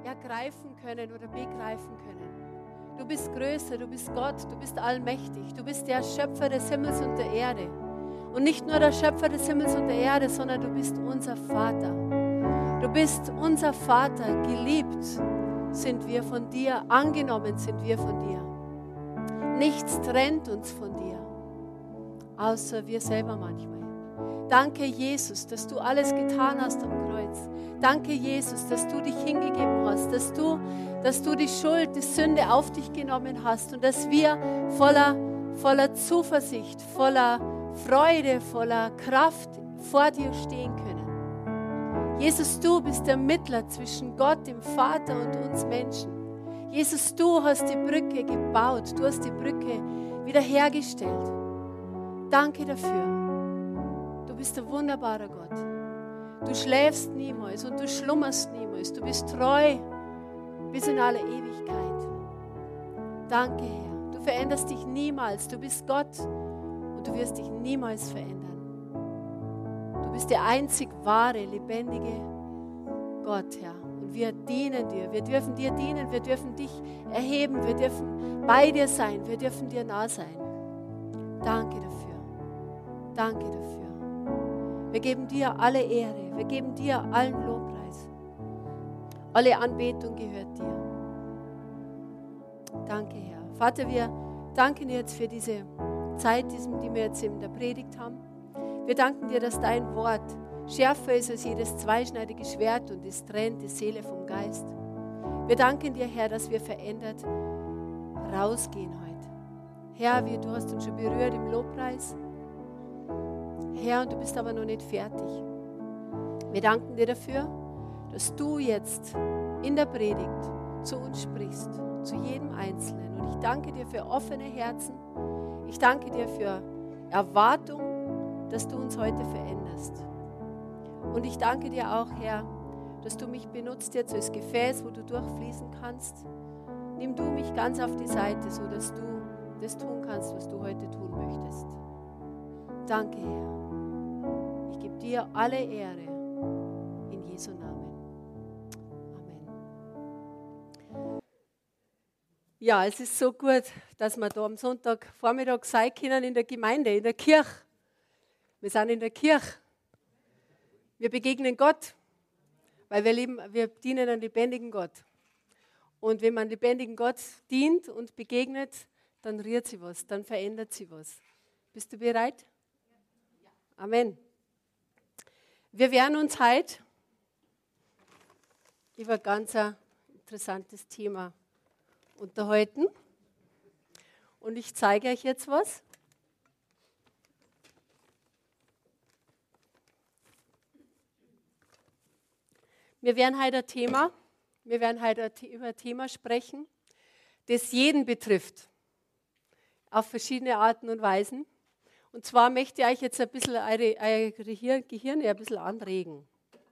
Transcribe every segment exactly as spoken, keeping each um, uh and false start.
ergreifen können oder begreifen können. Du bist größer, du bist Gott, du bist allmächtig, du bist der Schöpfer des Himmels und der Erde. Und nicht nur der Schöpfer des Himmels und der Erde, sondern du bist unser Vater. Du bist unser Vater, geliebt sind wir von dir, angenommen sind wir von dir. Nichts trennt uns von dir, außer wir selber manchmal. Danke, Jesus, dass du alles getan hast am Kreuz. Danke, Jesus, dass du dich hingegeben hast, dass du, dass du die Schuld, die Sünde auf dich genommen hast und dass wir voller, voller Zuversicht, voller Freude, voller Kraft vor dir stehen können. Jesus, du bist der Mittler zwischen Gott, dem Vater und uns Menschen. Jesus, du hast die Brücke gebaut, du hast die Brücke wiederhergestellt. Danke dafür. Du bist ein wunderbarer Gott. Du schläfst niemals und du schlummerst niemals. Du bist treu bis in alle Ewigkeit. Danke, Herr. Du veränderst dich niemals. Du bist Gott und du wirst dich niemals verändern. Du bist der einzig wahre, lebendige Gott, Herr. Und wir dienen dir. Wir dürfen dir dienen. Wir dürfen dich erheben. Wir dürfen bei dir sein. Wir dürfen dir nah sein. Danke dafür. Danke dafür. Wir geben dir alle Ehre. Wir geben dir allen Lobpreis. Alle Anbetung gehört dir. Danke, Herr. Vater, wir danken dir jetzt für diese Zeit, die wir jetzt in der Predigt haben. Wir danken dir, dass dein Wort schärfer ist als jedes zweischneidige Schwert und es trennt die Seele vom Geist. Wir danken dir, Herr, dass wir verändert rausgehen heute. Herr, wie du hast uns schon berührt im Lobpreis. Herr, und du bist aber noch nicht fertig. Wir danken dir dafür, dass du jetzt in der Predigt zu uns sprichst, zu jedem Einzelnen. Und ich danke dir für offene Herzen. Ich danke dir für Erwartung, dass du uns heute veränderst. Und ich danke dir auch, Herr, dass du mich benutzt jetzt als Gefäß, wo du durchfließen kannst. Nimm du mich ganz auf die Seite, sodass du das tun kannst, was du heute tun möchtest. Danke, Herr. Ich gebe dir alle Ehre in Jesu Namen. Amen. Ja, es ist so gut, dass wir da am Sonntagvormittag sein können in der Gemeinde, in der Kirche. Wir sind in der Kirche. Wir begegnen Gott, weil wir, leben, wir dienen einem lebendigen Gott. Und wenn man einem lebendigen Gott dient und begegnet, dann rührt sie was, dann verändert sie was. Bist du bereit? Amen. Wir werden uns heute über ein ganz interessantes Thema unterhalten. Und ich zeige euch jetzt was. Wir werden heute ein Thema, wir werden heute über ein Thema sprechen, das jeden betrifft, auf verschiedene Arten und Weisen. Und zwar möchte ich euch jetzt ein bisschen eure, eure Gehirne ein bisschen anregen.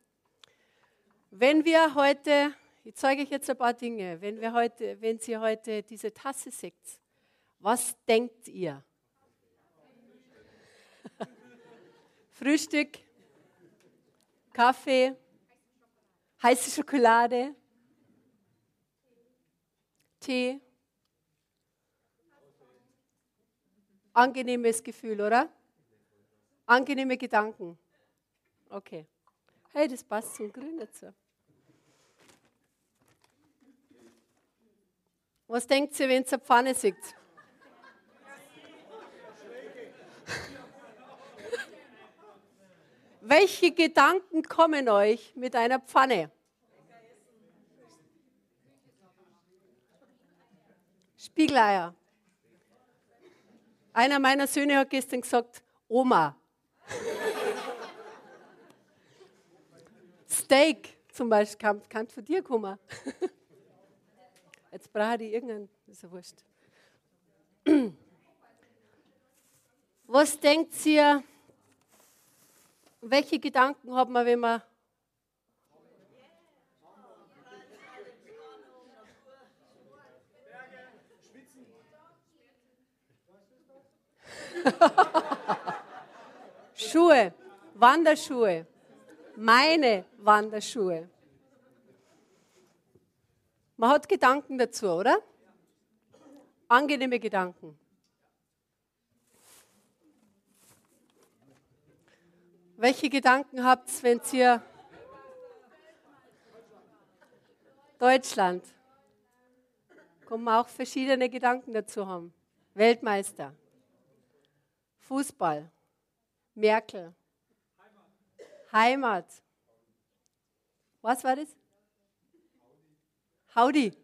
Wenn wir heute, ich zeige euch jetzt ein paar Dinge, wenn, wir heute, wenn Sie heute diese Tasse seht, was denkt ihr? Frühstück, Kaffee, heiße Schokolade, Tee. Angenehmes Gefühl, oder? Angenehme Gedanken. Okay. Hey, das passt zum Grün dazu. Was denkt ihr, wenn ihr eine Pfanne seht? Welche Gedanken kommen euch mit einer Pfanne? Spiegeleier. Einer meiner Söhne hat gestern gesagt, Oma. Steak zum Beispiel kann, kann von dir kommen. Jetzt brauche ich irgendeinen, das ist ja wurscht. Was denkt ihr, welche Gedanken hat man, wenn man Schuhe, Wanderschuhe, meine Wanderschuhe. Man hat Gedanken dazu, oder? Angenehme Gedanken. Welche Gedanken habt ihr, wenn ihr Deutschland, kann man auch verschiedene Gedanken dazu haben. Weltmeister, Fußball, Merkel, Heimat. Was war das? Howdy.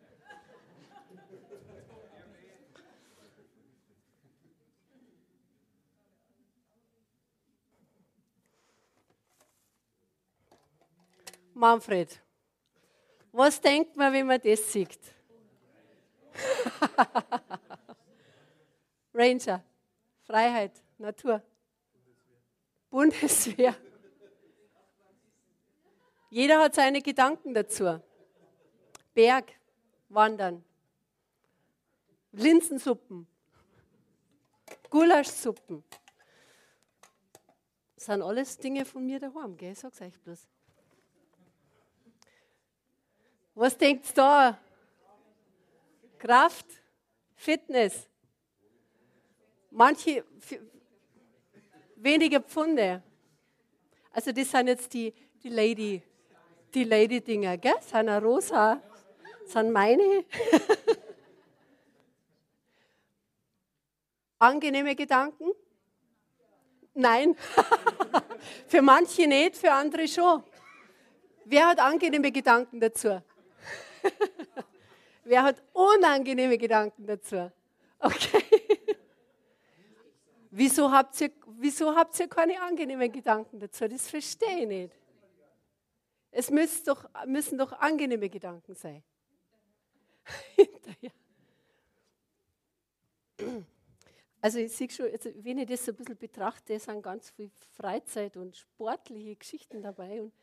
Manfred, was denkt man, wenn man das sieht? Ranger, Freiheit, Natur, Bundeswehr. Jeder hat seine Gedanken dazu. Berg, Wandern, Linsensuppen, Gulaschsuppen. Das sind alles Dinge von mir daheim, gell? Ich sag's euch bloß. Was denkt ihr da? Kraft, Fitness. Manche weniger Pfunde. Also das sind jetzt die, die Lady, die Lady-Dinger, gell? Das sind auch rosa, das sind meine. Angenehme Gedanken? Nein. Für manche nicht, für andere schon. Wer hat angenehme Gedanken dazu? Wer hat unangenehme Gedanken dazu? Okay. Wieso habt ihr, wieso habt ihr keine angenehmen Gedanken dazu? Das verstehe ich nicht. Es müssen doch, müssen doch angenehme Gedanken sein. Also ich sehe schon, also wenn ich das so ein bisschen betrachte, sind ganz viel Freizeit und sportliche Geschichten dabei. Und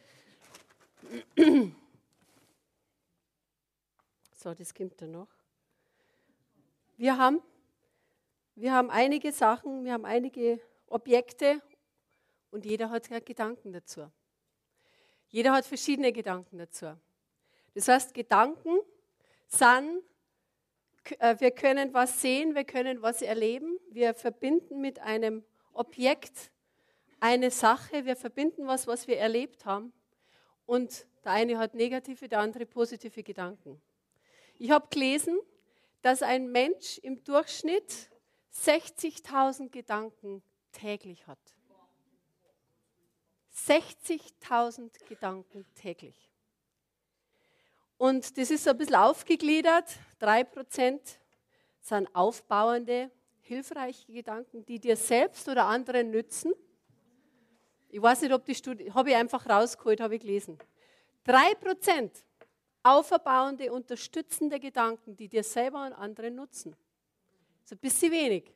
so, das kommt dann noch. Wir haben, wir haben einige Sachen, wir haben einige Objekte und jeder hat ja Gedanken dazu. Jeder hat verschiedene Gedanken dazu. Das heißt, Gedanken sind, wir können was sehen, wir können was erleben, wir verbinden mit einem Objekt eine Sache, wir verbinden was, was wir erlebt haben und der eine hat negative, der andere positive Gedanken. Ich habe gelesen, dass ein Mensch im Durchschnitt sechzigtausend Gedanken täglich hat. sechzigtausend Gedanken täglich. Und das ist so ein bisschen aufgegliedert. drei Prozent sind aufbauende, hilfreiche Gedanken, die dir selbst oder anderen nützen. Ich weiß nicht, ob die Studie, habe ich einfach rausgeholt, habe ich gelesen. drei Prozent auferbauende, unterstützende Gedanken, die dir selber und anderen nutzen. Das ist ein bisschen wenig.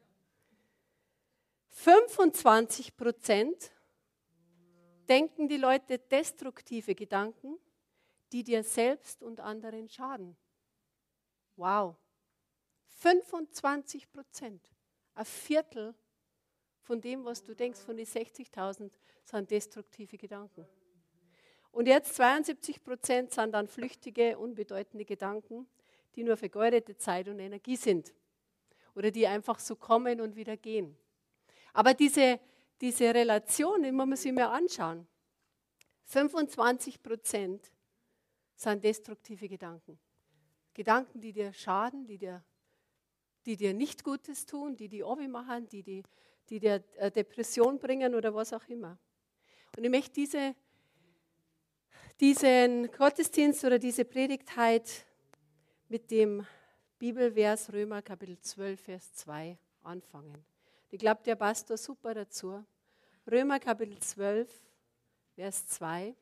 fünfundzwanzig Prozent denken die Leute destruktive Gedanken, die dir selbst und anderen schaden. Wow. fünfundzwanzig Prozent. Ein Viertel von dem, was du denkst, von den sechzigtausend, sind destruktive Gedanken. Und jetzt zweiundsiebzig Prozent sind dann flüchtige, unbedeutende Gedanken, die nur vergeudete Zeit und Energie sind. Oder die einfach so kommen und wieder gehen. Aber diese, diese Relation, die muss man sich mal anschauen. fünfundzwanzig Prozent sind destruktive Gedanken. Gedanken, die dir schaden, die dir, die dir nicht Gutes tun, die die Obi machen, die, die, die dir Depression bringen oder was auch immer. Und ich möchte diese, diesen Gottesdienst oder diese Predigt heute mit dem Bibelvers Römer Kapitel zwölf, Vers zwei anfangen. Ich glaube, der passt da super dazu. Römer Kapitel zwölf, Vers zwei.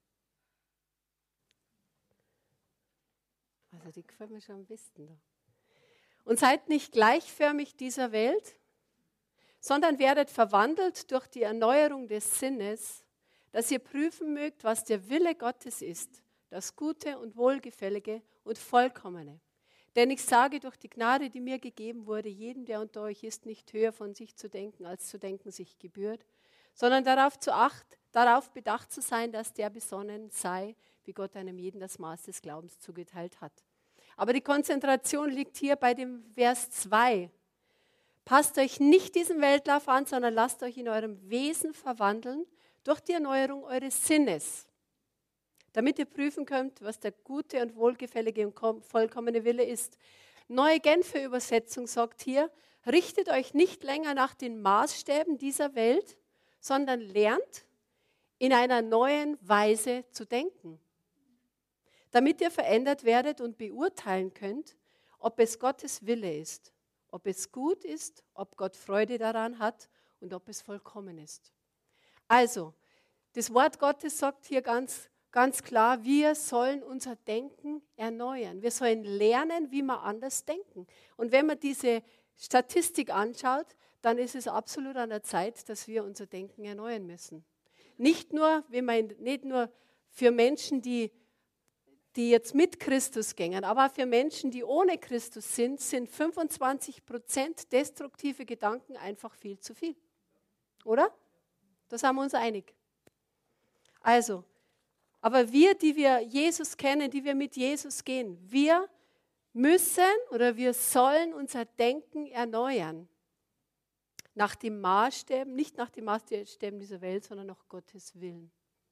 Also die gefällt mir schon am besten da. Und seid nicht gleichförmig dieser Welt, sondern werdet verwandelt durch die Erneuerung des Sinnes, dass ihr prüfen mögt, was der Wille Gottes ist, das Gute und Wohlgefällige und Vollkommene. Denn ich sage durch die Gnade, die mir gegeben wurde, jedem, der unter euch ist, nicht höher von sich zu denken, als zu denken sich gebührt, sondern darauf, zu acht, darauf bedacht zu sein, dass der besonnen sei, wie Gott einem jeden das Maß des Glaubens zugeteilt hat. Aber die Konzentration liegt hier bei dem Vers zwei. Passt euch nicht diesem Weltlauf an, sondern lasst euch in eurem Wesen verwandeln durch die Erneuerung eures Sinnes, damit ihr prüfen könnt, was der gute und wohlgefällige und vollkommene Wille ist. Neue Genfer Übersetzung sagt hier, richtet euch nicht länger nach den Maßstäben dieser Welt, sondern lernt, in einer neuen Weise zu denken, damit ihr verändert werdet und beurteilen könnt, ob es Gottes Wille ist, ob es gut ist, ob Gott Freude daran hat und ob es vollkommen ist. Also, das Wort Gottes sagt hier ganz, ganz klar, wir sollen unser Denken erneuern. Wir sollen lernen, wie wir anders denken. Und wenn man diese Statistik anschaut, dann ist es absolut an der Zeit, dass wir unser Denken erneuern müssen. Nicht nur, wenn man, nicht nur für Menschen, die die jetzt mit Christus gehen, aber für Menschen, die ohne Christus sind, sind fünfundzwanzig Prozent destruktive Gedanken einfach viel zu viel. Oder? Da sind wir uns einig. Also, aber wir, die wir Jesus kennen, die wir mit Jesus gehen, wir müssen oder wir sollen unser Denken erneuern. Nach den Maßstäben, nicht nach den Maßstäben dieser Welt, sondern nach Gottes Willen.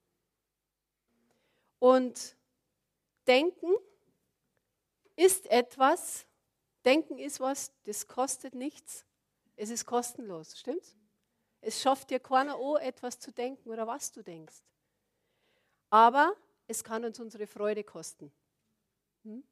Und Denken ist etwas, Denken ist was, das kostet nichts, es ist kostenlos, stimmt's? Es schafft dir keiner an, etwas zu denken oder was du denkst. Aber es kann uns unsere Freude kosten. Hm?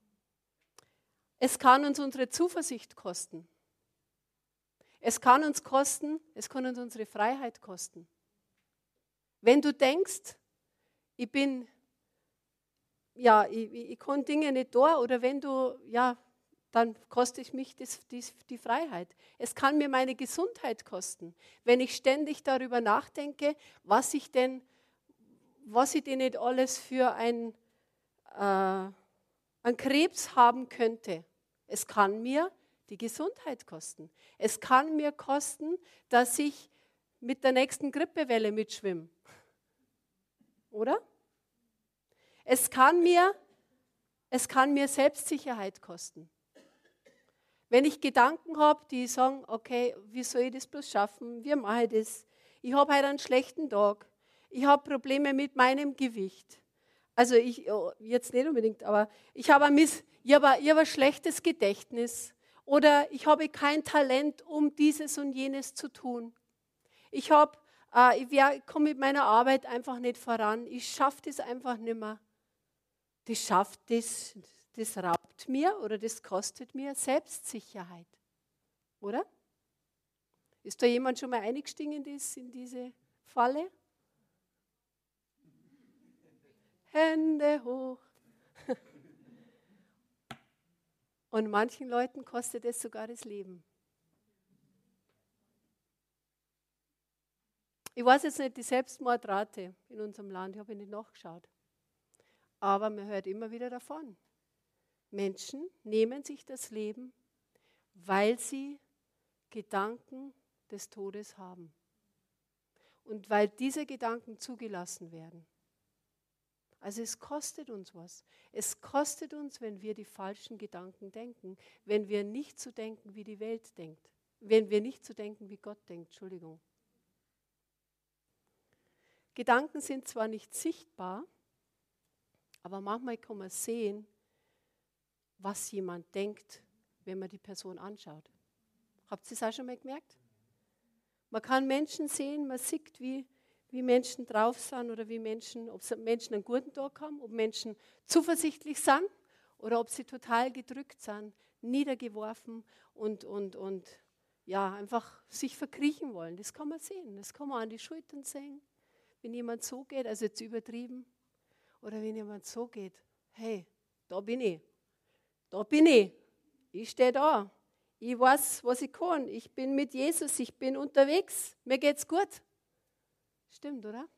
Es kann uns unsere Zuversicht kosten. Es kann uns kosten, es kann uns unsere Freiheit kosten. Wenn du denkst, ich bin ja, ich, ich kann Dinge nicht da oder wenn du, ja, dann kostet ich mich das, die, die Freiheit. Es kann mir meine Gesundheit kosten, wenn ich ständig darüber nachdenke, was ich denn, was ich denn nicht alles für ein, äh, einen Krebs haben könnte. Es kann mir die Gesundheit kosten. Es kann mir kosten, dass ich mit der nächsten Grippewelle mitschwimme. Oder? Es kann mir, es kann mir Selbstsicherheit kosten. Wenn ich Gedanken habe, die sagen, okay, wie soll ich das bloß schaffen? Wie mache ich das? Ich habe heute einen schlechten Tag. Ich habe Probleme mit meinem Gewicht. Also ich, jetzt nicht unbedingt, aber ich habe ein, Miss, ich habe ein, ich habe ein schlechtes Gedächtnis. Oder ich habe kein Talent, um dieses und jenes zu tun. Ich, hab, äh, ich, ich komme mit meiner Arbeit einfach nicht voran. Ich schaffe das einfach nicht mehr. Das schafft, das, das raubt mir oder das kostet mir Selbstsicherheit. Oder? Ist da jemand schon mal eingestiegen in, das, in diese Falle? Hände hoch. Und manchen Leuten kostet es sogar das Leben. Ich weiß jetzt nicht die Selbstmordrate in unserem Land, ich habe nicht nachgeschaut. Aber man hört immer wieder davon. Menschen nehmen sich das Leben, weil sie Gedanken des Todes haben. Und weil diese Gedanken zugelassen werden. Also es kostet uns was. Es kostet uns, wenn wir die falschen Gedanken denken, wenn wir nicht so denken, wie die Welt denkt. Wenn wir nicht so denken, wie Gott denkt. Entschuldigung. Gedanken sind zwar nicht sichtbar, aber manchmal kann man sehen, was jemand denkt, wenn man die Person anschaut. Habt ihr das auch schon mal gemerkt? Man kann Menschen sehen, man sieht, wie, wie Menschen drauf sind oder wie Menschen, ob Menschen einen guten Tag haben, ob Menschen zuversichtlich sind oder ob sie total gedrückt sind, niedergeworfen und, und, und ja, einfach sich verkriechen wollen. Das kann man sehen, das kann man an die Schultern sehen. Wenn jemand so geht, also jetzt übertrieben, oder wenn jemand so geht, hey, da bin ich, da bin ich, ich stehe da, ich weiß, was ich kann, ich bin mit Jesus, ich bin unterwegs, mir geht's gut. Stimmt, oder?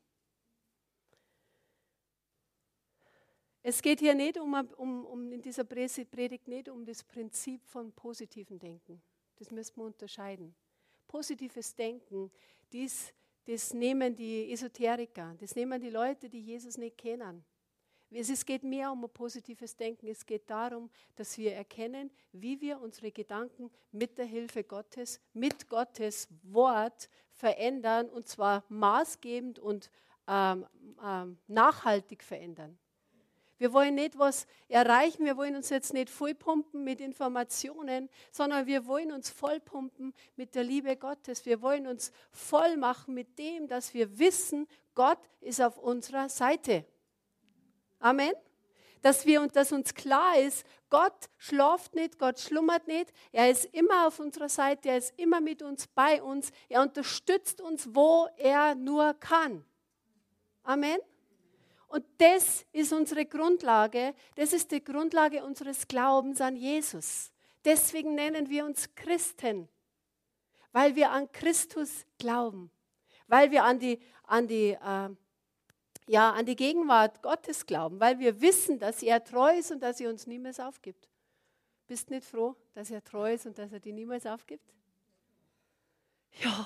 Es geht hier nicht um, um, um in dieser Predigt nicht um das Prinzip von positivem Denken. Das müssen wir unterscheiden. Positives Denken, dies, das nehmen die Esoteriker, das nehmen die Leute, die Jesus nicht kennen. Es geht mehr um ein positives Denken. Es geht darum, dass wir erkennen, wie wir unsere Gedanken mit der Hilfe Gottes, mit Gottes Wort verändern, und zwar maßgebend und ähm, ähm, nachhaltig verändern. Wir wollen nicht was erreichen, wir wollen uns jetzt nicht vollpumpen mit Informationen, sondern wir wollen uns vollpumpen mit der Liebe Gottes. Wir wollen uns voll machen mit dem, dass wir wissen, Gott ist auf unserer Seite. Amen. Dass, wir, dass uns klar ist, Gott schläft nicht, Gott schlummert nicht. Er ist immer auf unserer Seite, er ist immer mit uns, bei uns. Er unterstützt uns, wo er nur kann. Amen. Und das ist unsere Grundlage, das ist die Grundlage unseres Glaubens an Jesus. Deswegen nennen wir uns Christen, weil wir an Christus glauben, weil wir an die, an die, äh, ja, an die Gegenwart Gottes glauben, weil wir wissen, dass er treu ist und dass er uns niemals aufgibt. Bist nicht froh, dass er treu ist und dass er dich niemals aufgibt? Ja.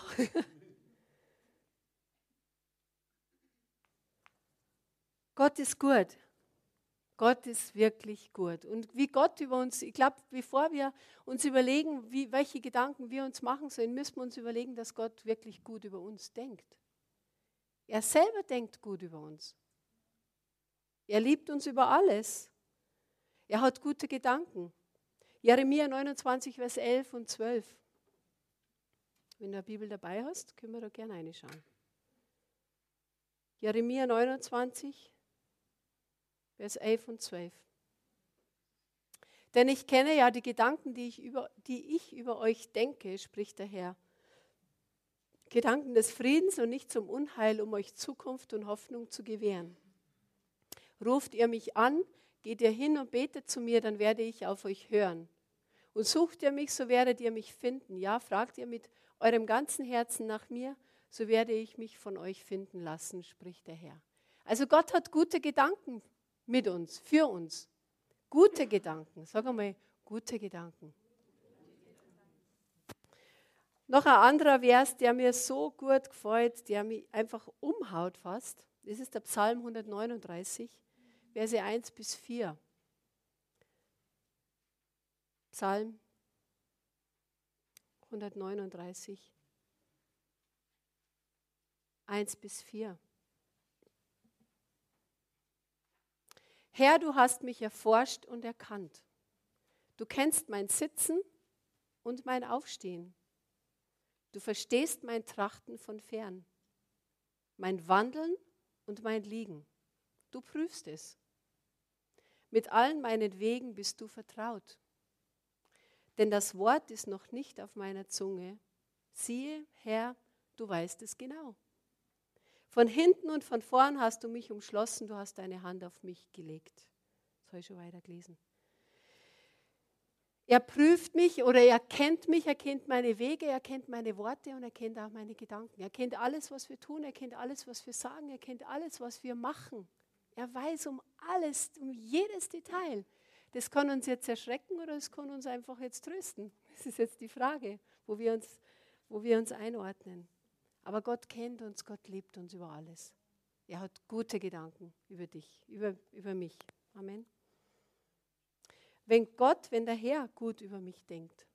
Gott ist gut. Gott ist wirklich gut. Und wie Gott über uns, ich glaube, bevor wir uns überlegen, wie, welche Gedanken wir uns machen sollen, müssen wir uns überlegen, dass Gott wirklich gut über uns denkt. Er selber denkt gut über uns. Er liebt uns über alles. Er hat gute Gedanken. Jeremia neunundzwanzig, Vers elf und zwölf. Wenn du eine Bibel dabei hast, können wir da gerne reinschauen. Jeremia neunundzwanzig, Vers elf und zwölf. Denn ich kenne ja die Gedanken, die ich, über, die ich über euch denke, spricht der Herr. Gedanken des Friedens und nicht zum Unheil, um euch Zukunft und Hoffnung zu gewähren. Ruft ihr mich an, geht ihr hin und betet zu mir, dann werde ich auf euch hören. Und sucht ihr mich, so werdet ihr mich finden. Ja, fragt ihr mit eurem ganzen Herzen nach mir, so werde ich mich von euch finden lassen, spricht der Herr. Also Gott hat gute Gedanken mit uns, für uns. Gute Gedanken. Sag einmal, gute Gedanken. Noch ein anderer Vers, der mir so gut gefällt, der mich einfach umhaut fast. Das ist der Psalm hundertneununddreißig, Verse eins bis vier. Psalm hundertneununddreißig, eins bis vier. Herr, du hast mich erforscht und erkannt. Du kennst mein Sitzen und mein Aufstehen. Du verstehst mein Trachten von fern, mein Wandeln und mein Liegen. Du prüfst es. Mit allen meinen Wegen bist du vertraut. Denn das Wort ist noch nicht auf meiner Zunge. Siehe, Herr, du weißt es genau. Von hinten und von vorn hast du mich umschlossen, du hast deine Hand auf mich gelegt. Das habe ich schon weiter gelesen. Er prüft mich oder er kennt mich, er kennt meine Wege, er kennt meine Worte und er kennt auch meine Gedanken. Er kennt alles, was wir tun, er kennt alles, was wir sagen, er kennt alles, was wir machen. Er weiß um alles, um jedes Detail. Das kann uns jetzt erschrecken oder es kann uns einfach jetzt trösten. Das ist jetzt die Frage, wo wir uns, wo wir uns einordnen. Aber Gott kennt uns, Gott liebt uns über alles. Er hat gute Gedanken über dich, über, über mich. Amen. Wenn Gott, wenn der Herr gut über mich denkt,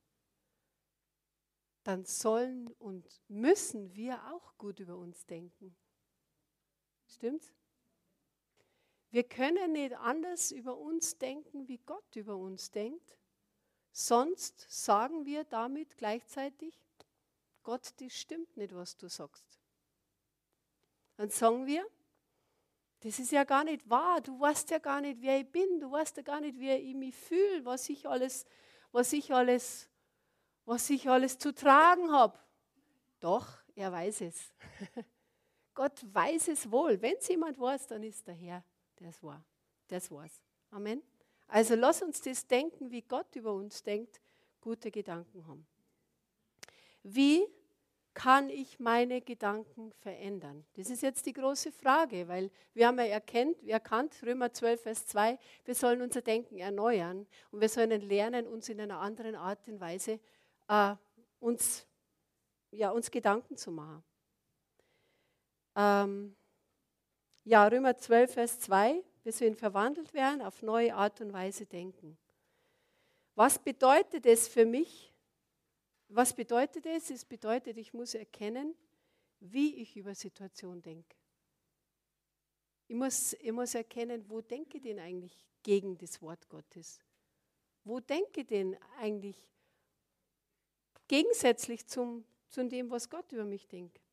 dann sollen und müssen wir auch gut über uns denken. Stimmt's? Wir können nicht anders über uns denken, wie Gott über uns denkt. Sonst sagen wir damit gleichzeitig, Gott, das stimmt nicht, was du sagst. Dann sagen wir, das ist ja gar nicht wahr, du weißt ja gar nicht, wer ich bin, du weißt ja gar nicht, wie ich mich fühle, was ich alles, was ich alles, was ich alles zu tragen habe. Doch, er weiß es. Gott weiß es wohl. Wenn es jemand weiß, dann ist der Herr, der es war. Das war's. Amen. Also lass uns das denken, wie Gott über uns denkt, gute Gedanken haben. Wie kann ich meine Gedanken verändern? Das ist jetzt die große Frage, weil wir haben ja erkannt, erkannt, Römer zwölf, Vers zwei, wir sollen unser Denken erneuern und wir sollen lernen, uns in einer anderen Art und Weise äh, uns, ja, uns Gedanken zu machen. Ähm, ja, Römer zwölf, Vers zwei, Wir sollen verwandelt werden, auf neue Art und Weise denken. Was bedeutet es für mich? Was bedeutet es? Es bedeutet, ich muss erkennen, wie ich über Situationen denke. Ich muss, ich muss erkennen, wo denke ich denn eigentlich gegen das Wort Gottes? Wo denke ich denn eigentlich gegensätzlich zum, zu dem, was Gott über mich denkt?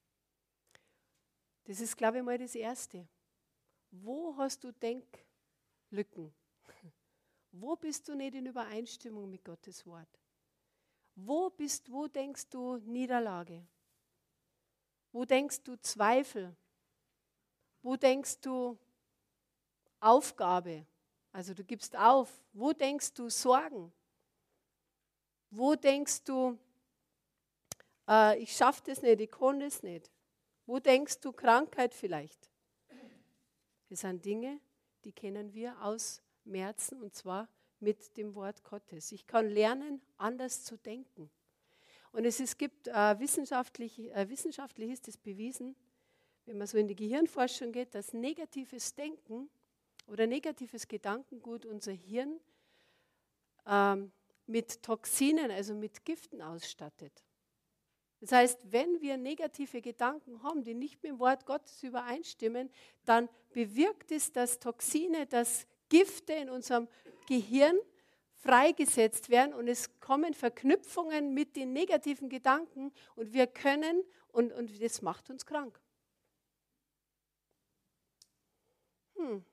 Das ist, glaube ich, mal das Erste. Wo hast du Denklücken? Wo bist du nicht in Übereinstimmung mit Gottes Wort? Wo bist, wo denkst du Niederlage? Wo denkst du Zweifel? Wo denkst du Aufgabe? Also du gibst auf. Wo denkst du Sorgen? Wo denkst du, äh, ich schaffe das nicht, ich kann das nicht? Wo denkst du Krankheit vielleicht? Das sind Dinge, die kennen wir aus Merzen und zwar mit dem Wort Gottes. Ich kann lernen, anders zu denken. Und es, es gibt äh, wissenschaftlich, äh, wissenschaftlich ist es bewiesen, wenn man so in die Gehirnforschung geht, dass negatives Denken oder negatives Gedankengut unser Hirn ähm, mit Toxinen, also mit Giften ausstattet. Das heißt, wenn wir negative Gedanken haben, die nicht mit dem Wort Gottes übereinstimmen, dann bewirkt es, dass Toxine, dass Gifte in unserem Gehirn freigesetzt werden und es kommen Verknüpfungen mit den negativen Gedanken und wir können, und, und das macht uns krank. Hm.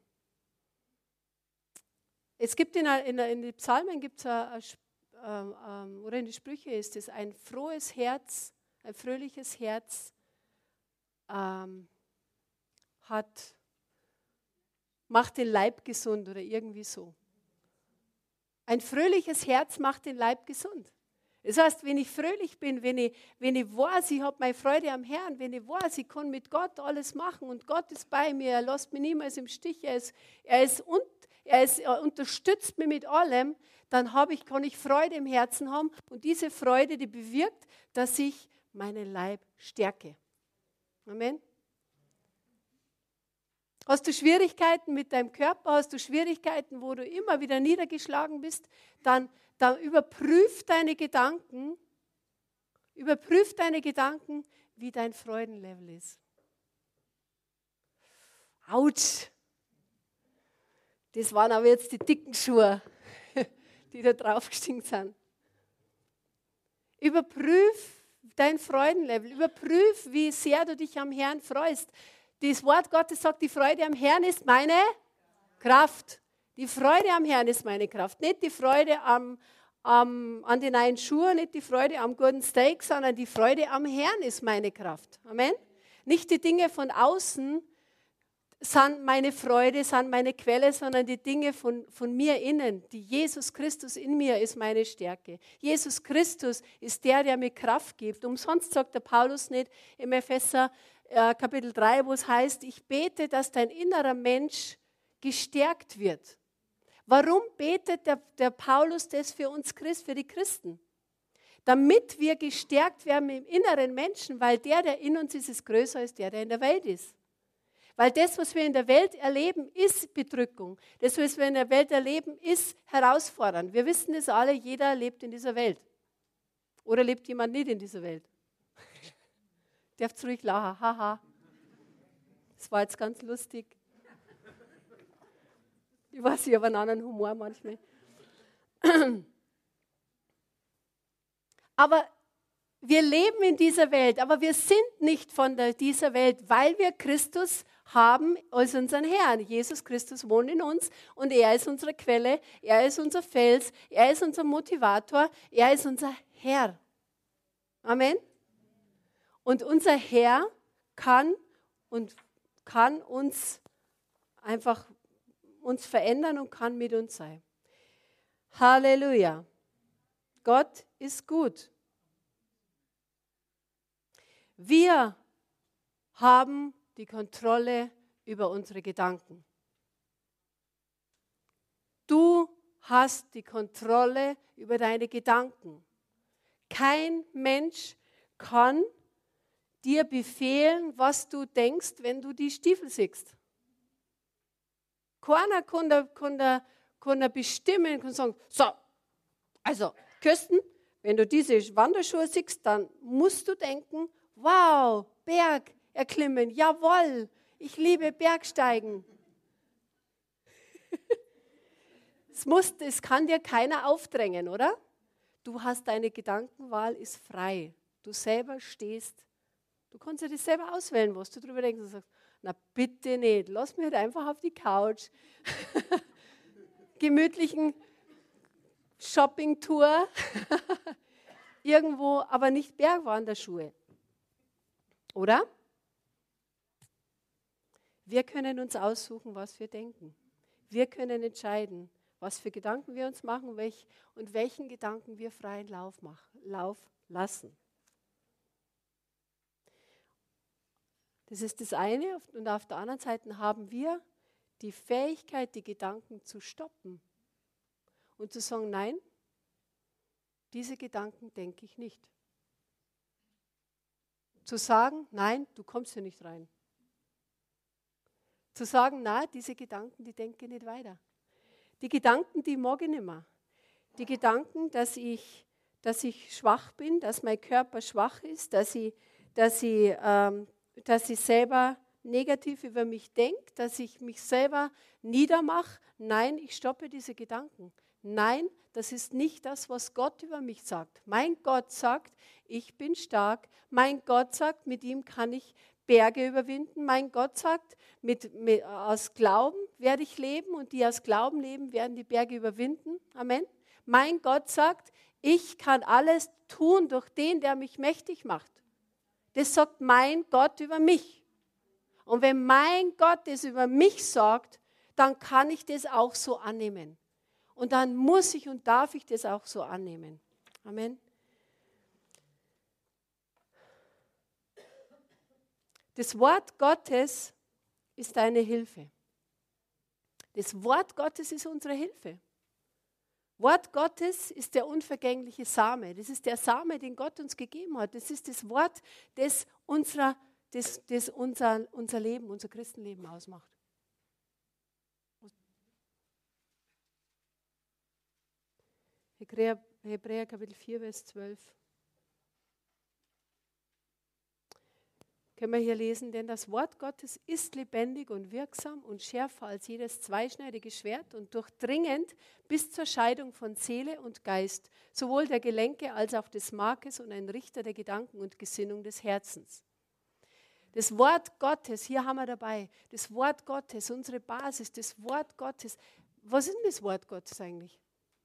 Es gibt in, in, in den Psalmen, gibt's a, a, ähm, oder in den Sprüchen ist es, ein frohes Herz, ein fröhliches Herz ähm, hat, macht den Leib gesund oder irgendwie so. Ein fröhliches Herz macht den Leib gesund. Das heißt, wenn ich fröhlich bin, wenn ich, wenn ich weiß, ich habe meine Freude am Herrn, wenn ich weiß, ich kann mit Gott alles machen und Gott ist bei mir, er lässt mich niemals im Stich, er, ist, er, ist un, er, ist, er unterstützt mich mit allem, dann habe ich, kann ich Freude im Herzen haben und diese Freude, die bewirkt, dass ich meinen Leib stärke. Amen. Hast du Schwierigkeiten mit deinem Körper, hast du Schwierigkeiten, wo du immer wieder niedergeschlagen bist, dann, dann überprüf deine Gedanken, überprüf deine Gedanken, wie dein Freudenlevel ist. Autsch! Das waren aber jetzt die dicken Schuhe, die da draufgestiegen sind. Überprüf dein Freudenlevel, überprüf, wie sehr du dich am Herrn freust. Das Wort Gottes sagt, die Freude am Herrn ist meine Kraft. Die Freude am Herrn ist meine Kraft. Nicht die Freude am, am, an den neuen Schuhen, nicht die Freude am guten Steak, sondern die Freude am Herrn ist meine Kraft. Amen. Nicht die Dinge von außen sind meine Freude, sind meine Quelle, sondern die Dinge von, von mir innen. Die Jesus Christus in mir ist meine Stärke. Jesus Christus ist der, der mir Kraft gibt. Umsonst sagt der Paulus nicht im Epheser äh, Kapitel drei, wo es heißt, ich bete, dass dein innerer Mensch gestärkt wird. Warum betet der, der Paulus das für uns Christ, für die Christen? Damit wir gestärkt werden im inneren Menschen, weil der, der in uns ist, ist größer als der, der in der Welt ist. Weil das, was wir in der Welt erleben, ist Bedrückung. Das, was wir in der Welt erleben, ist herausfordernd. Wir wissen es alle, jeder lebt in dieser Welt. Oder lebt jemand nicht in dieser Welt? Darfst ruhig lachen, haha. Das war jetzt ganz lustig. Ich weiß, ich habe einen anderen Humor manchmal. Aber wir leben in dieser Welt, aber wir sind nicht von der, dieser Welt, weil wir Christus haben als unseren Herrn. Jesus Christus wohnt in uns und er ist unsere Quelle, er ist unser Fels, er ist unser Motivator, er ist unser Herr. Amen. Und unser Herr kann und kann uns einfach uns verändern und kann mit uns sein. Halleluja. Gott ist gut. Wir haben die Kontrolle über unsere Gedanken. Du hast die Kontrolle über deine Gedanken. Kein Mensch kann dir befehlen, was du denkst, wenn du die Stiefel siehst. Keiner kann da, kann da, kann da bestimmen, kann sagen, so, also Kirsten, wenn du diese Wanderschuhe siehst, dann musst du denken, wow, Berg erklimmen, jawohl, ich liebe Bergsteigen. Es muss, es kann dir keiner aufdrängen, oder? Du hast deine Gedankenwahl, ist frei. Du selber stehst, du kannst dir das selber auswählen, was du darüber denkst und sagst, na bitte nicht, lass mich halt einfach auf die Couch. Gemütlichen Shoppingtour. Irgendwo, aber nicht Bergwanderschuhe. Oder? Wir können uns aussuchen, was wir denken. Wir können entscheiden, was für Gedanken wir uns machen welch, und welchen Gedanken wir freien Lauf, machen, Lauf lassen. Das ist das eine. Und auf der anderen Seite haben wir die Fähigkeit, die Gedanken zu stoppen und zu sagen, nein, diese Gedanken denke ich nicht. Zu sagen, nein, du kommst hier nicht rein. Zu sagen, nein, diese Gedanken, die denke ich nicht weiter. Die Gedanken, die mag ich nicht mehr. Die Gedanken, dass ich, dass ich schwach bin, dass mein Körper schwach ist, dass ich, dass ich, ähm, dass ich selber negativ über mich denke, dass ich mich selber niedermache. Nein, ich stoppe diese Gedanken. Nein, das ist nicht das, was Gott über mich sagt. Mein Gott sagt, ich bin stark. Mein Gott sagt, mit ihm kann ich Berge überwinden. Mein Gott sagt, mit, mit, aus Glauben werde ich leben und die aus Glauben leben, werden die Berge überwinden. Amen. Mein Gott sagt, ich kann alles tun durch den, der mich mächtig macht. Das sagt mein Gott über mich. Und wenn mein Gott das über mich sagt, dann kann ich das auch so annehmen. Und dann muss ich und darf ich das auch so annehmen. Amen. Das Wort Gottes ist deine Hilfe. Das Wort Gottes ist unsere Hilfe. Wort Gottes ist der unvergängliche Same. Das ist der Same, den Gott uns gegeben hat. Das ist das Wort, das, unserer, das, das unser, unser Leben, unser Christenleben ausmacht. Hebräer, Hebräer Kapitel vier, Vers zwölf. Können wir hier lesen, denn das Wort Gottes ist lebendig und wirksam und schärfer als jedes zweischneidige Schwert und durchdringend bis zur Scheidung von Seele und Geist, sowohl der Gelenke als auch des Markes und ein Richter der Gedanken und Gesinnung des Herzens. Das Wort Gottes, hier haben wir dabei, das Wort Gottes, unsere Basis, das Wort Gottes. Was ist denn das Wort Gottes eigentlich?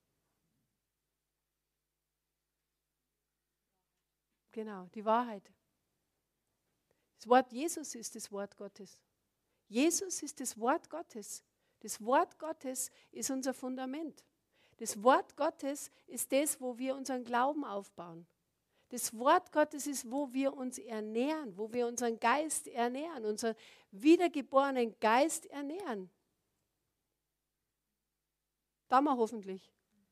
Genau, die Wahrheit. Das Wort Jesus ist das Wort Gottes. Jesus ist das Wort Gottes. Das Wort Gottes ist unser Fundament. Das Wort Gottes ist das, wo wir unseren Glauben aufbauen. Das Wort Gottes ist, wo wir uns ernähren, wo wir unseren Geist ernähren, unseren wiedergeborenen Geist ernähren. Da mal hoffentlich.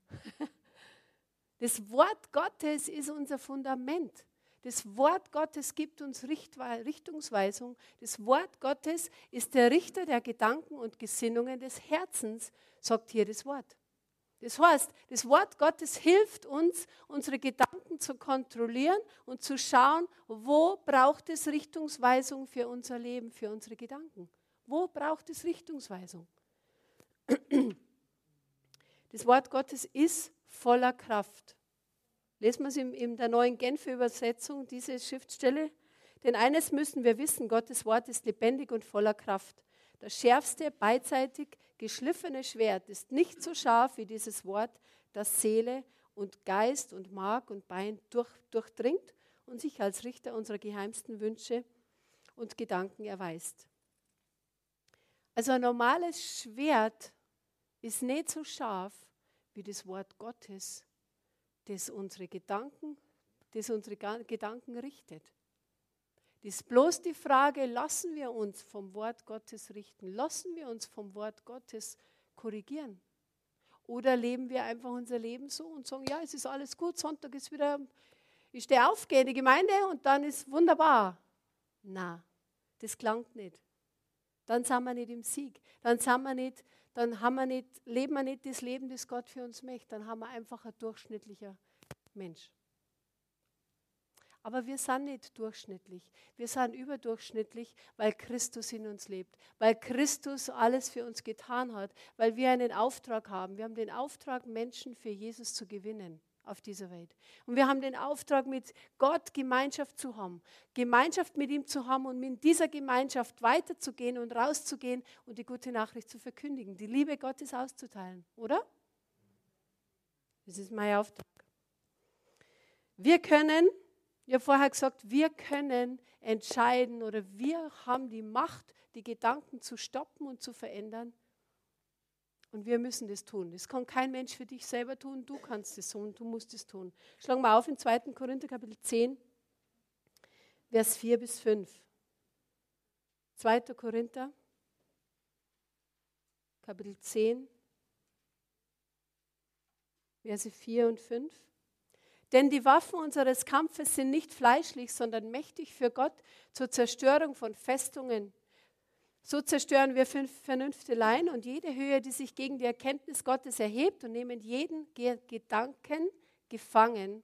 Das Wort Gottes ist unser Fundament. Das Wort Gottes gibt uns Richtungsweisung. Das Wort Gottes ist der Richter der Gedanken und Gesinnungen des Herzens, sagt hier das Wort. Das heißt, das Wort Gottes hilft uns, unsere Gedanken zu kontrollieren und zu schauen, wo braucht es Richtungsweisung für unser Leben, für unsere Gedanken. Wo braucht es Richtungsweisung? Das Wort Gottes ist voller Kraft. Lesen wir es in, in der neuen Genfer Übersetzung, diese Schriftstelle. Denn eines müssen wir wissen, Gottes Wort ist lebendig und voller Kraft. Das schärfste, beidseitig geschliffene Schwert ist nicht so scharf wie dieses Wort, das Seele und Geist und Mark und Bein durch, durchdringt und sich als Richter unserer geheimsten Wünsche und Gedanken erweist. Also ein normales Schwert ist nicht so scharf wie das Wort Gottes, das unsere Gedanken, das unsere Gedanken richtet. Das ist bloß die Frage, lassen wir uns vom Wort Gottes richten? Lassen wir uns vom Wort Gottes korrigieren? Oder leben wir einfach unser Leben so und sagen, ja, es ist alles gut, Sonntag ist wieder, ich stehe auf, gehe in die Gemeinde und dann ist wunderbar. Na, das klangt nicht. Dann sind wir nicht im Sieg. Dann sind wir nicht, dann haben wir nicht, leben wir nicht das Leben, das Gott für uns möchte. Dann haben wir einfach ein durchschnittlicher Mensch. Aber wir sind nicht durchschnittlich. Wir sind überdurchschnittlich, weil Christus in uns lebt. Weil Christus alles für uns getan hat. Weil wir einen Auftrag haben. Wir haben den Auftrag, Menschen für Jesus zu gewinnen auf dieser Welt. Und wir haben den Auftrag, mit Gott Gemeinschaft zu haben. Gemeinschaft mit ihm zu haben und mit dieser Gemeinschaft weiterzugehen und rauszugehen und die gute Nachricht zu verkündigen. Die Liebe Gottes auszuteilen, oder? Das ist mein Auftrag. Wir können... Ich habe vorher gesagt, wir können entscheiden oder wir haben die Macht, die Gedanken zu stoppen und zu verändern. Und wir müssen das tun. Das kann kein Mensch für dich selber tun. Du kannst es tun, du musst es tun. Schlagen wir auf in zweiten Korinther Kapitel zehn, Vers vier bis fünf. zweiter Korinther Kapitel zehn, Verse vier und fünf. Denn die Waffen unseres Kampfes sind nicht fleischlich, sondern mächtig für Gott zur Zerstörung von Festungen. So zerstören wir fünf Vernünfteleien und jede Höhe, die sich gegen die Erkenntnis Gottes erhebt, und nehmen jeden Gedanken gefangen,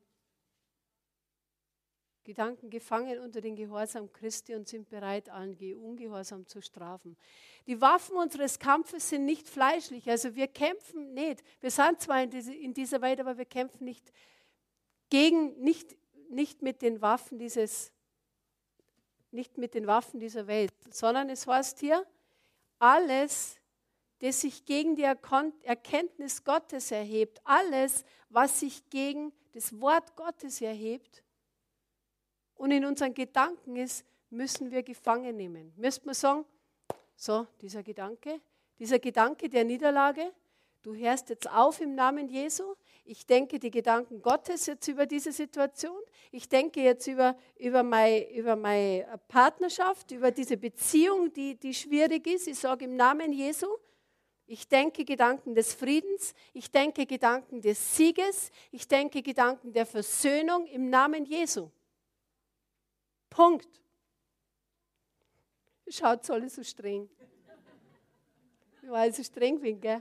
Gedanken gefangen unter den Gehorsam Christi und sind bereit, allen Ungehorsam zu strafen. Die Waffen unseres Kampfes sind nicht fleischlich, also wir kämpfen nicht. Wir sind zwar in, diese, in dieser Welt, aber wir kämpfen nicht Gegen, nicht, nicht, mit den Waffen dieses, nicht mit den Waffen dieser Welt, sondern es heißt hier, alles, das sich gegen die Erkenntnis Gottes erhebt, alles, was sich gegen das Wort Gottes erhebt und in unseren Gedanken ist, müssen wir gefangen nehmen. Müsste man sagen, so, dieser Gedanke, dieser Gedanke der Niederlage, du hörst jetzt auf im Namen Jesu. Ich denke die Gedanken Gottes jetzt über diese Situation. Ich denke jetzt über, über, meine, über meine Partnerschaft, über diese Beziehung, die, die schwierig ist. Ich sage im Namen Jesu, ich denke Gedanken des Friedens. Ich denke Gedanken des Sieges. Ich denke Gedanken der Versöhnung im Namen Jesu. Punkt. Schaut, soll ich so streng. Weil ich so streng bin, gell?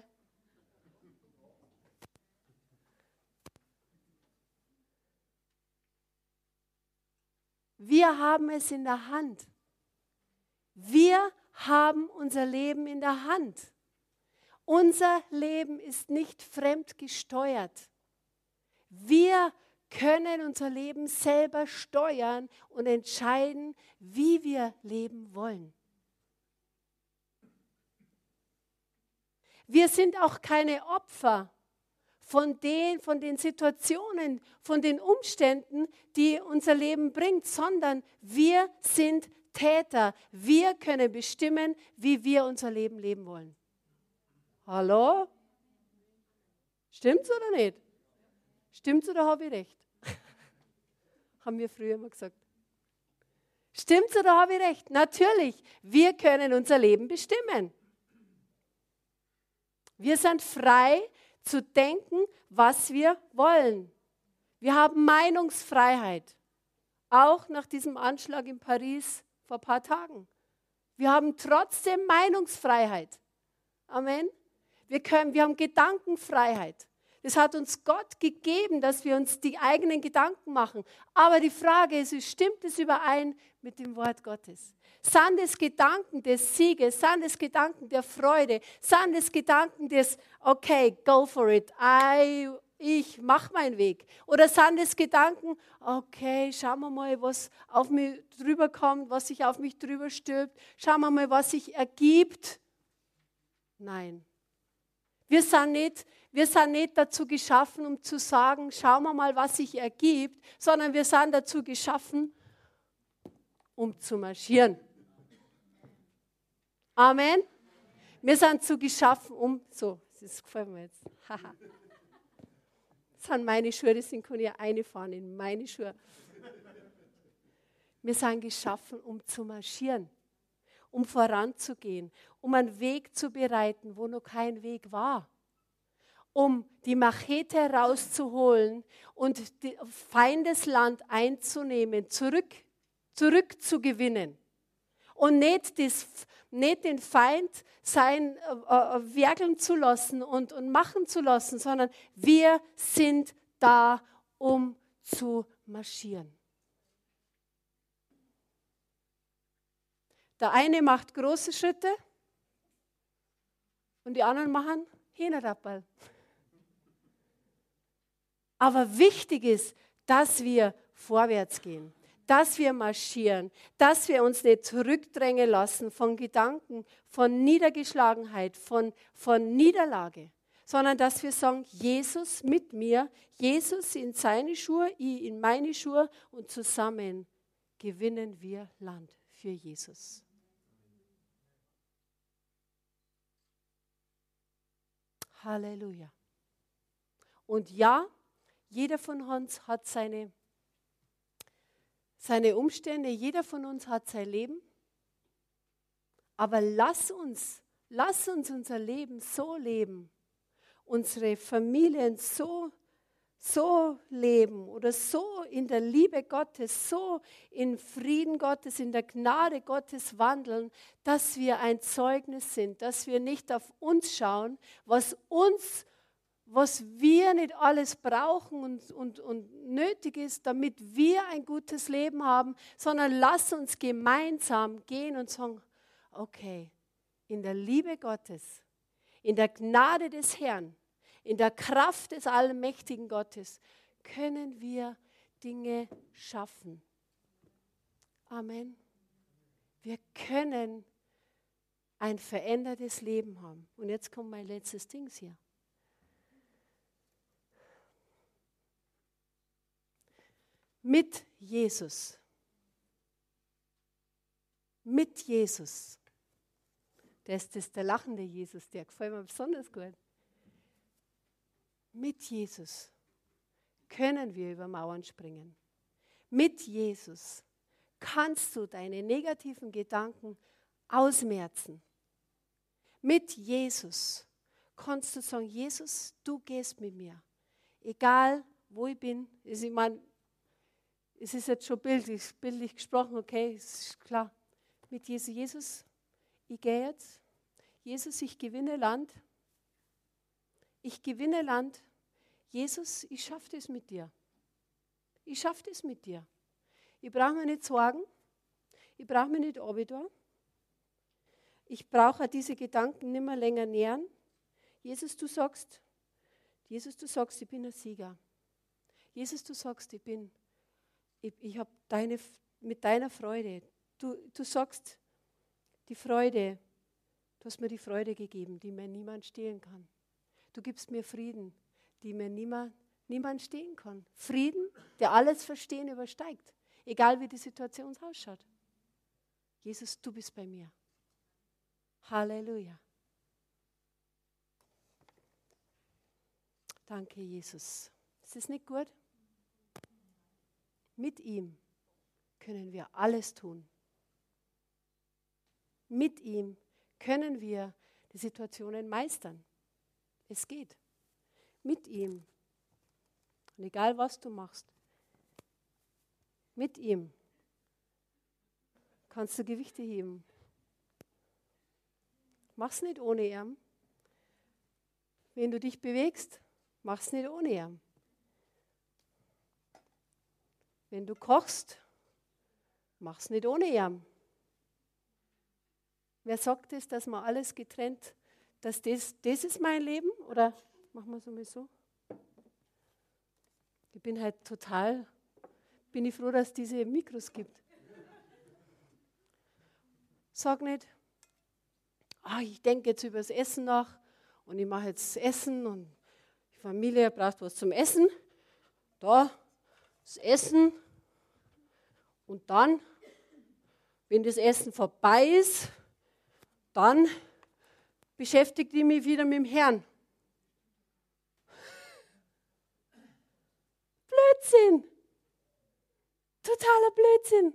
Wir haben es in der Hand. Wir haben unser Leben in der Hand. Unser Leben ist nicht fremdgesteuert. Wir können unser Leben selber steuern und entscheiden, wie wir leben wollen. Wir sind auch keine Opfer von den, von den Situationen, von den Umständen, die unser Leben bringt, sondern wir sind Täter. Wir können bestimmen, wie wir unser Leben leben wollen. Hallo? Stimmt's oder nicht? Stimmt's oder habe ich recht? Haben wir früher immer gesagt. Stimmt's oder habe ich recht? Natürlich, wir können unser Leben bestimmen. Wir sind frei zu denken, was wir wollen. Wir haben Meinungsfreiheit, auch nach diesem Anschlag in Paris vor ein paar Tagen. Wir haben trotzdem Meinungsfreiheit. Amen. Wir, können, wir haben Gedankenfreiheit. Das hat uns Gott gegeben, dass wir uns die eigenen Gedanken machen. Aber die Frage ist, stimmt es überein mit dem Wort Gottes? Sind es Gedanken des Sieges? Sind es Gedanken der Freude? Sind es Gedanken des, okay, go for it, I, ich mache meinen Weg? Oder sind es Gedanken, okay, schauen wir mal, was auf mich drüber kommt, was sich auf mich drüber stülpt. Schauen wir mal, was sich ergibt. Nein. Wir sind nicht, wir sind nicht dazu geschaffen, um zu sagen, schauen wir mal, was sich ergibt, sondern wir sind dazu geschaffen, um zu marschieren. Amen. Wir sind dazu geschaffen, um, so, das gefällt mir jetzt. Das sind meine Schuhe, deswegen kann ich eine fahren in meine Schuhe. Wir sind geschaffen, um zu marschieren, um voranzugehen, um einen Weg zu bereiten, wo noch kein Weg war. Um die Machete herauszuholen und das Feindesland einzunehmen, zurück, zurückzugewinnen. und nicht, das, nicht den Feind sein äh, äh, werkeln zu lassen und, und machen zu lassen, sondern wir sind da, um zu marschieren. Der eine macht große Schritte und die anderen machen Hähnerrappel. Aber wichtig ist, dass wir vorwärts gehen, dass wir marschieren, dass wir uns nicht zurückdrängen lassen von Gedanken, von Niedergeschlagenheit, von, von Niederlage, sondern dass wir sagen, Jesus mit mir, Jesus in seine Schuhe, ich in meine Schuhe und zusammen gewinnen wir Land für Jesus. Halleluja. Und ja, jeder von uns hat seine, seine Umstände, jeder von uns hat sein Leben. Aber lass uns, lass uns unser Leben so leben, unsere Familien so, so leben oder so in der Liebe Gottes, so in Frieden Gottes, in der Gnade Gottes wandeln, dass wir ein Zeugnis sind, dass wir nicht auf uns schauen, was uns, was wir nicht alles brauchen und, und, und nötig ist, damit wir ein gutes Leben haben, sondern lass uns gemeinsam gehen und sagen, okay, in der Liebe Gottes, in der Gnade des Herrn, in der Kraft des allmächtigen Gottes können wir Dinge schaffen. Amen. Wir können ein verändertes Leben haben. Und jetzt kommt mein letztes Ding hier. Mit Jesus. Mit Jesus. Das ist der lachende Jesus, der gefällt mir besonders gut. Mit Jesus können wir über Mauern springen. Mit Jesus kannst du deine negativen Gedanken ausmerzen. Mit Jesus kannst du sagen, Jesus, du gehst mit mir. Egal, wo ich bin. Ich meine, es ist jetzt schon bildlich, bildlich gesprochen, okay, ist klar. Mit Jesus, Jesus, ich gehe jetzt. Jesus, ich gewinne Land. Ich gewinne Land. Jesus, ich schaffe das mit dir. Ich schaffe das mit dir. Ich brauche mir nicht sorgen. Ich brauche mir nicht runter. Ich brauche diese Gedanken nicht mehr länger nähern. Jesus, du sagst, Jesus, du sagst, ich bin ein Sieger. Jesus, du sagst, ich bin, ich, ich habe deine, mit deiner Freude. Du, du sagst, die Freude, du hast mir die Freude gegeben, die mir niemand stehlen kann. Du gibst mir Frieden, die mir niemand, niemand stehlen kann. Frieden, der alles Verstehen übersteigt, egal wie die Situation ausschaut. Jesus, du bist bei mir. Halleluja. Danke, Jesus. Ist das nicht gut? Mit ihm können wir alles tun. Mit ihm können wir die Situationen meistern. Es geht. Mit ihm. Und egal, was du machst, mit ihm kannst du Gewichte heben. Mach's nicht ohne ihn. Wenn du dich bewegst, mach's nicht ohne ihn. Wenn du kochst, mach's nicht ohne ihn. Wer sagt es, dass man alles getrennt, dass das, das ist mein Leben? Oder machen wir es einmal so? Ich bin halt total, bin ich froh, dass es diese Mikros gibt. Sag nicht, ah, ich denke jetzt über das Essen nach und ich mache jetzt Essen und die Familie braucht was zum Essen. Da, das Essen. Und dann, wenn das Essen vorbei ist, dann beschäftige ich mich wieder mit dem Herrn. Blödsinn. Totaler Blödsinn.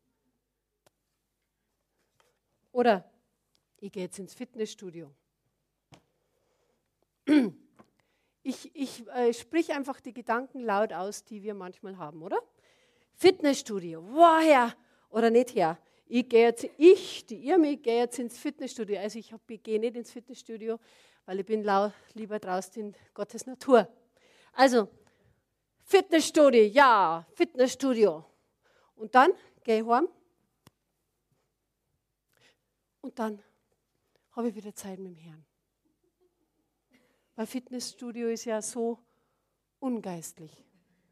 Oder ich gehe jetzt ins Fitnessstudio. Ich, ich äh, sprich einfach die Gedanken laut aus, die wir manchmal haben, oder? Fitnessstudio, wow, Herr, oder nicht Herr. Ich gehe jetzt, ich, die Irmi, gehe jetzt ins Fitnessstudio. Also ich, hab, ich gehe nicht ins Fitnessstudio, weil ich bin lau, lieber draußen in Gottes Natur. Also, Fitnessstudio, ja, Fitnessstudio. Und dann gehe ich heim. Und dann habe ich wieder Zeit mit dem Herrn. Weil Fitnessstudio ist ja so ungeistlich.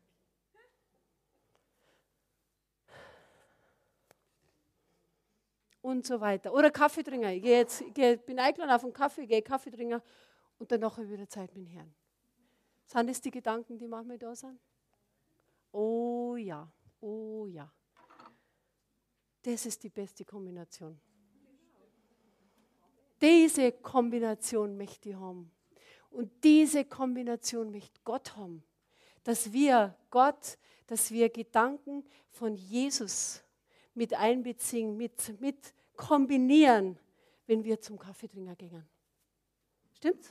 Und so weiter. Oder Kaffee trinken. Ich gehe jetzt, ich gehe, bin eingeladen auf einen Kaffee, gehe Kaffee trinken und danach habe ich wieder Zeit mit dem Herrn. Sind das die Gedanken, die manchmal da sind? Oh ja, oh ja. Das ist die beste Kombination. Diese Kombination möchte ich haben. Und diese Kombination möchte Gott haben. Dass wir Gott, dass wir Gedanken von Jesus mit einbeziehen, mit, mit kombinieren, wenn wir zum Kaffeetrinker gehen. Stimmt's?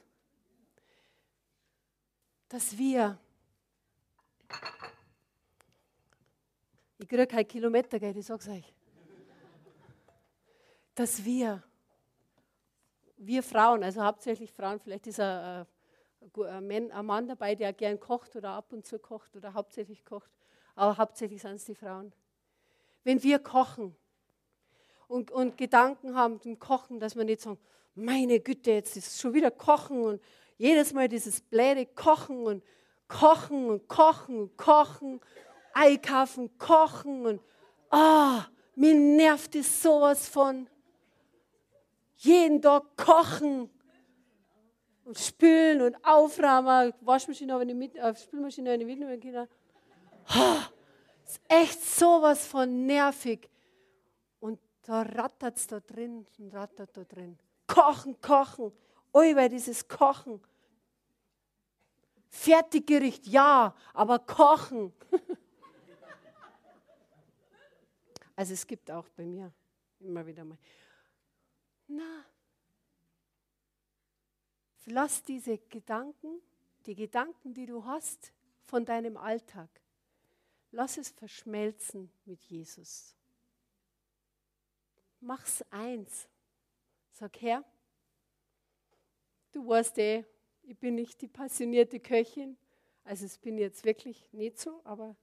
Dass wir, ich kriege kein Kilometer, gell, ich sag's euch, dass wir, wir Frauen, also hauptsächlich Frauen, vielleicht ist ein, ein, ein Mann dabei, der gern kocht oder ab und zu kocht oder hauptsächlich kocht, aber hauptsächlich sind es die Frauen. Wenn wir kochen und, und Gedanken haben zum Kochen, dass wir nicht sagen, meine Güte, jetzt ist schon wieder Kochen und jedes Mal dieses blöde Kochen und Kochen und Kochen und Kochen, einkaufen, kochen und ah, oh, mir nervt es sowas von jeden Tag kochen und spülen und aufräumen, Waschmaschine aber nicht mit, äh, Spülmaschine aber nicht mitnehmen können. Oh, ist echt sowas von nervig. Und da rattert es da drin und rattert da drin. Kochen, kochen. Ui, weil dieses Kochen. Fertiggericht, ja, aber kochen. Also es gibt auch bei mir immer wieder mal. Na, lass diese Gedanken, die Gedanken, die du hast von deinem Alltag, lass es verschmelzen mit Jesus. Mach's eins. Sag, Herr, du weißt eh, ich bin nicht die passionierte Köchin. Also es bin jetzt wirklich nicht so, aber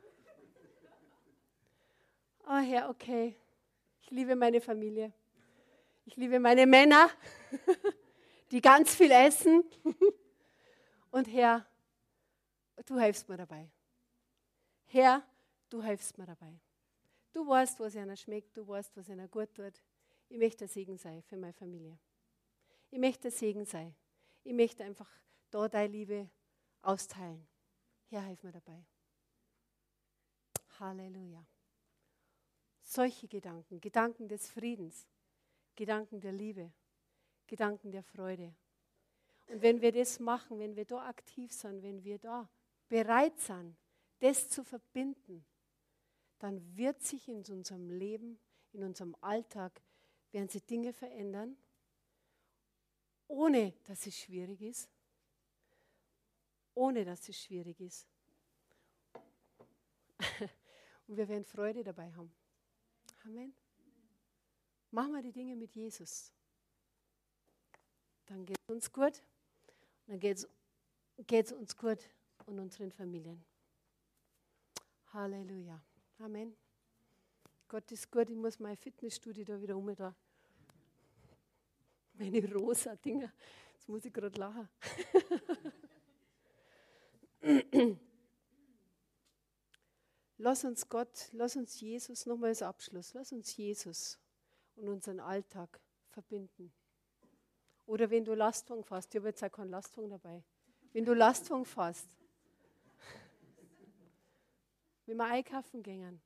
oh Herr, okay, ich liebe meine Familie. Ich liebe meine Männer, die ganz viel essen. Und Herr, du hilfst mir dabei. Herr, du hilfst mir dabei. Du weißt, was einer schmeckt, du weißt, was einer gut tut. Ich möchte der Segen sein für meine Familie. Ich möchte der Segen sein. Ich möchte einfach da deine Liebe austeilen. Herr, hilf mir dabei. Halleluja. Solche Gedanken, Gedanken des Friedens, Gedanken der Liebe, Gedanken der Freude. Und wenn wir das machen, wenn wir da aktiv sind, wenn wir da bereit sind, das zu verbinden, dann wird sich in unserem Leben, in unserem Alltag, werden sich Dinge verändern, ohne dass es schwierig ist. Ohne dass es schwierig ist. Und wir werden Freude dabei haben. Amen. Machen wir die Dinge mit Jesus. Dann geht es uns gut. Dann geht es uns gut und unseren Familien. Halleluja. Amen. Gott ist gut, ich muss mein Fitnessstudio da wieder um da. Meine rosa Dinger. Jetzt muss ich gerade lachen. Lass uns Gott, lass uns Jesus, nochmal als Abschluss, lass uns Jesus und unseren Alltag verbinden. Oder wenn du Lastwagen fährst, ich habe jetzt auch keinen Lastwagen dabei. Wenn du Lastwagen fährst, wenn wir einkaufen gehen,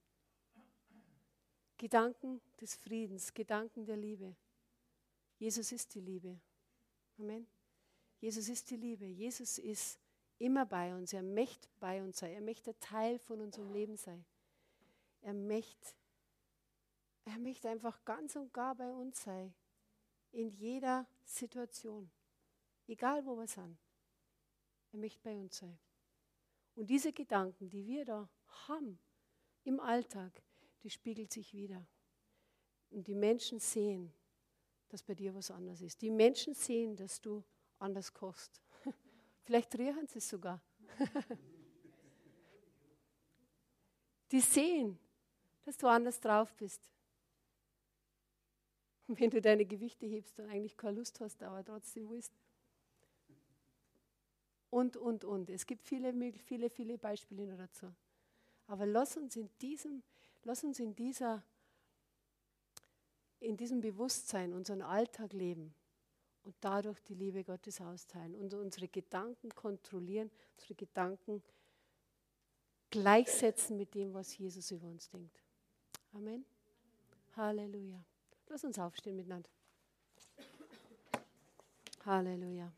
Gedanken des Friedens, Gedanken der Liebe. Jesus ist die Liebe. Amen. Jesus ist die Liebe. Jesus ist immer bei uns. Er möchte bei uns sein. Er möchte ein Teil von unserem Leben sein. Er möchte, er möchte einfach ganz und gar bei uns sein. In jeder Situation. Egal wo wir sind. Er möchte bei uns sein. Und diese Gedanken, die wir da haben im Alltag, die spiegelt sich wieder. Und die Menschen sehen, dass bei dir was anderes ist. Die Menschen sehen, dass du anders kochst. Vielleicht riechen sie es sogar. Die sehen, dass du anders drauf bist. Und wenn du deine Gewichte hebst und eigentlich keine Lust hast, aber trotzdem willst. Und, und, und. Es gibt viele, viele, viele Beispiele noch dazu. Aber lass uns in diesem, lass uns in dieser, in diesem Bewusstsein unseren Alltag leben und dadurch die Liebe Gottes austeilen und unsere Gedanken kontrollieren, unsere Gedanken gleichsetzen mit dem, was Jesus über uns denkt. Amen. Halleluja. Lass uns aufstehen miteinander. Halleluja.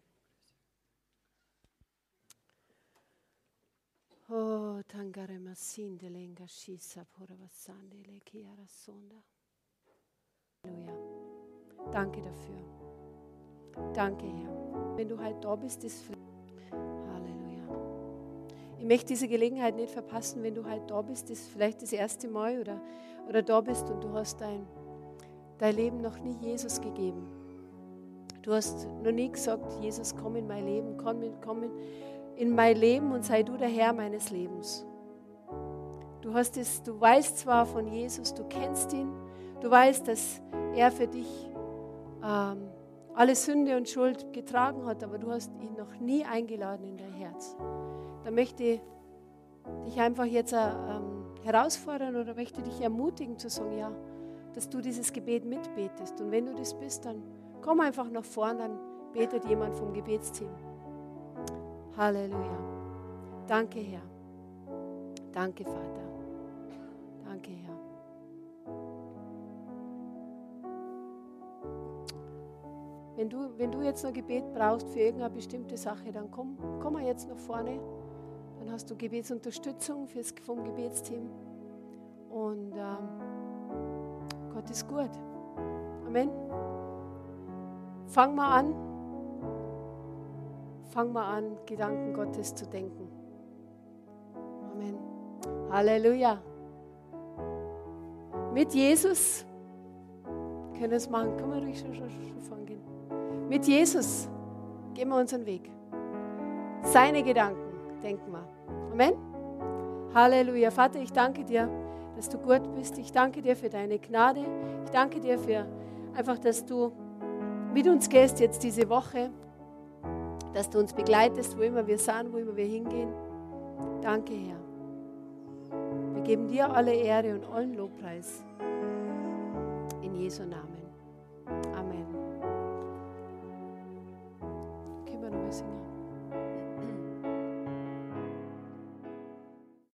Oh, tangare masinde lenga shisa pora vasande le kiara sonda. Halleluja. Danke dafür. Danke, Herr. Wenn du halt da bist, ist Halleluja. Ich möchte diese Gelegenheit nicht verpassen, wenn du halt da bist, ist vielleicht das erste Mal oder, oder da bist und du hast dein, dein Leben noch nie Jesus gegeben. Du hast noch nie gesagt, Jesus, komm in mein Leben, komm in, komm in, in mein Leben und sei du der Herr meines Lebens. Du hast es, du weißt zwar von Jesus, du kennst ihn, du weißt, dass er für dich ähm, alle Sünde und Schuld getragen hat, aber du hast ihn noch nie eingeladen in dein Herz. Da möchte ich dich einfach jetzt ähm, herausfordern oder möchte dich ermutigen zu sagen, ja, dass du dieses Gebet mitbetest. Und wenn du das bist, dann komm einfach nach vorn, dann betet jemand vom Gebetsteam. Halleluja. Danke, Herr. Danke, Vater. Danke, Herr. Wenn du, wenn du jetzt noch Gebet brauchst für irgendeine bestimmte Sache, dann komm, komm mal jetzt nach vorne. Dann hast du Gebetsunterstützung fürs, vom Gebetsteam. Und ähm, Gott ist gut. Amen. Fang mal an. Fang mal an, Gedanken Gottes zu denken. Amen. Halleluja. Mit Jesus können wir es machen. Können wir ruhig schon, schon, schon vorgehen. Mit Jesus gehen wir unseren Weg. Seine Gedanken denken wir. Amen. Halleluja. Vater, ich danke dir, dass du gut bist. Ich danke dir für deine Gnade. Ich danke dir für einfach, dass du mit uns gehst jetzt diese Woche. Dass du uns begleitest, wo immer wir sind, wo immer wir hingehen. Danke, Herr. Wir geben dir alle Ehre und allen Lobpreis. In Jesu Namen.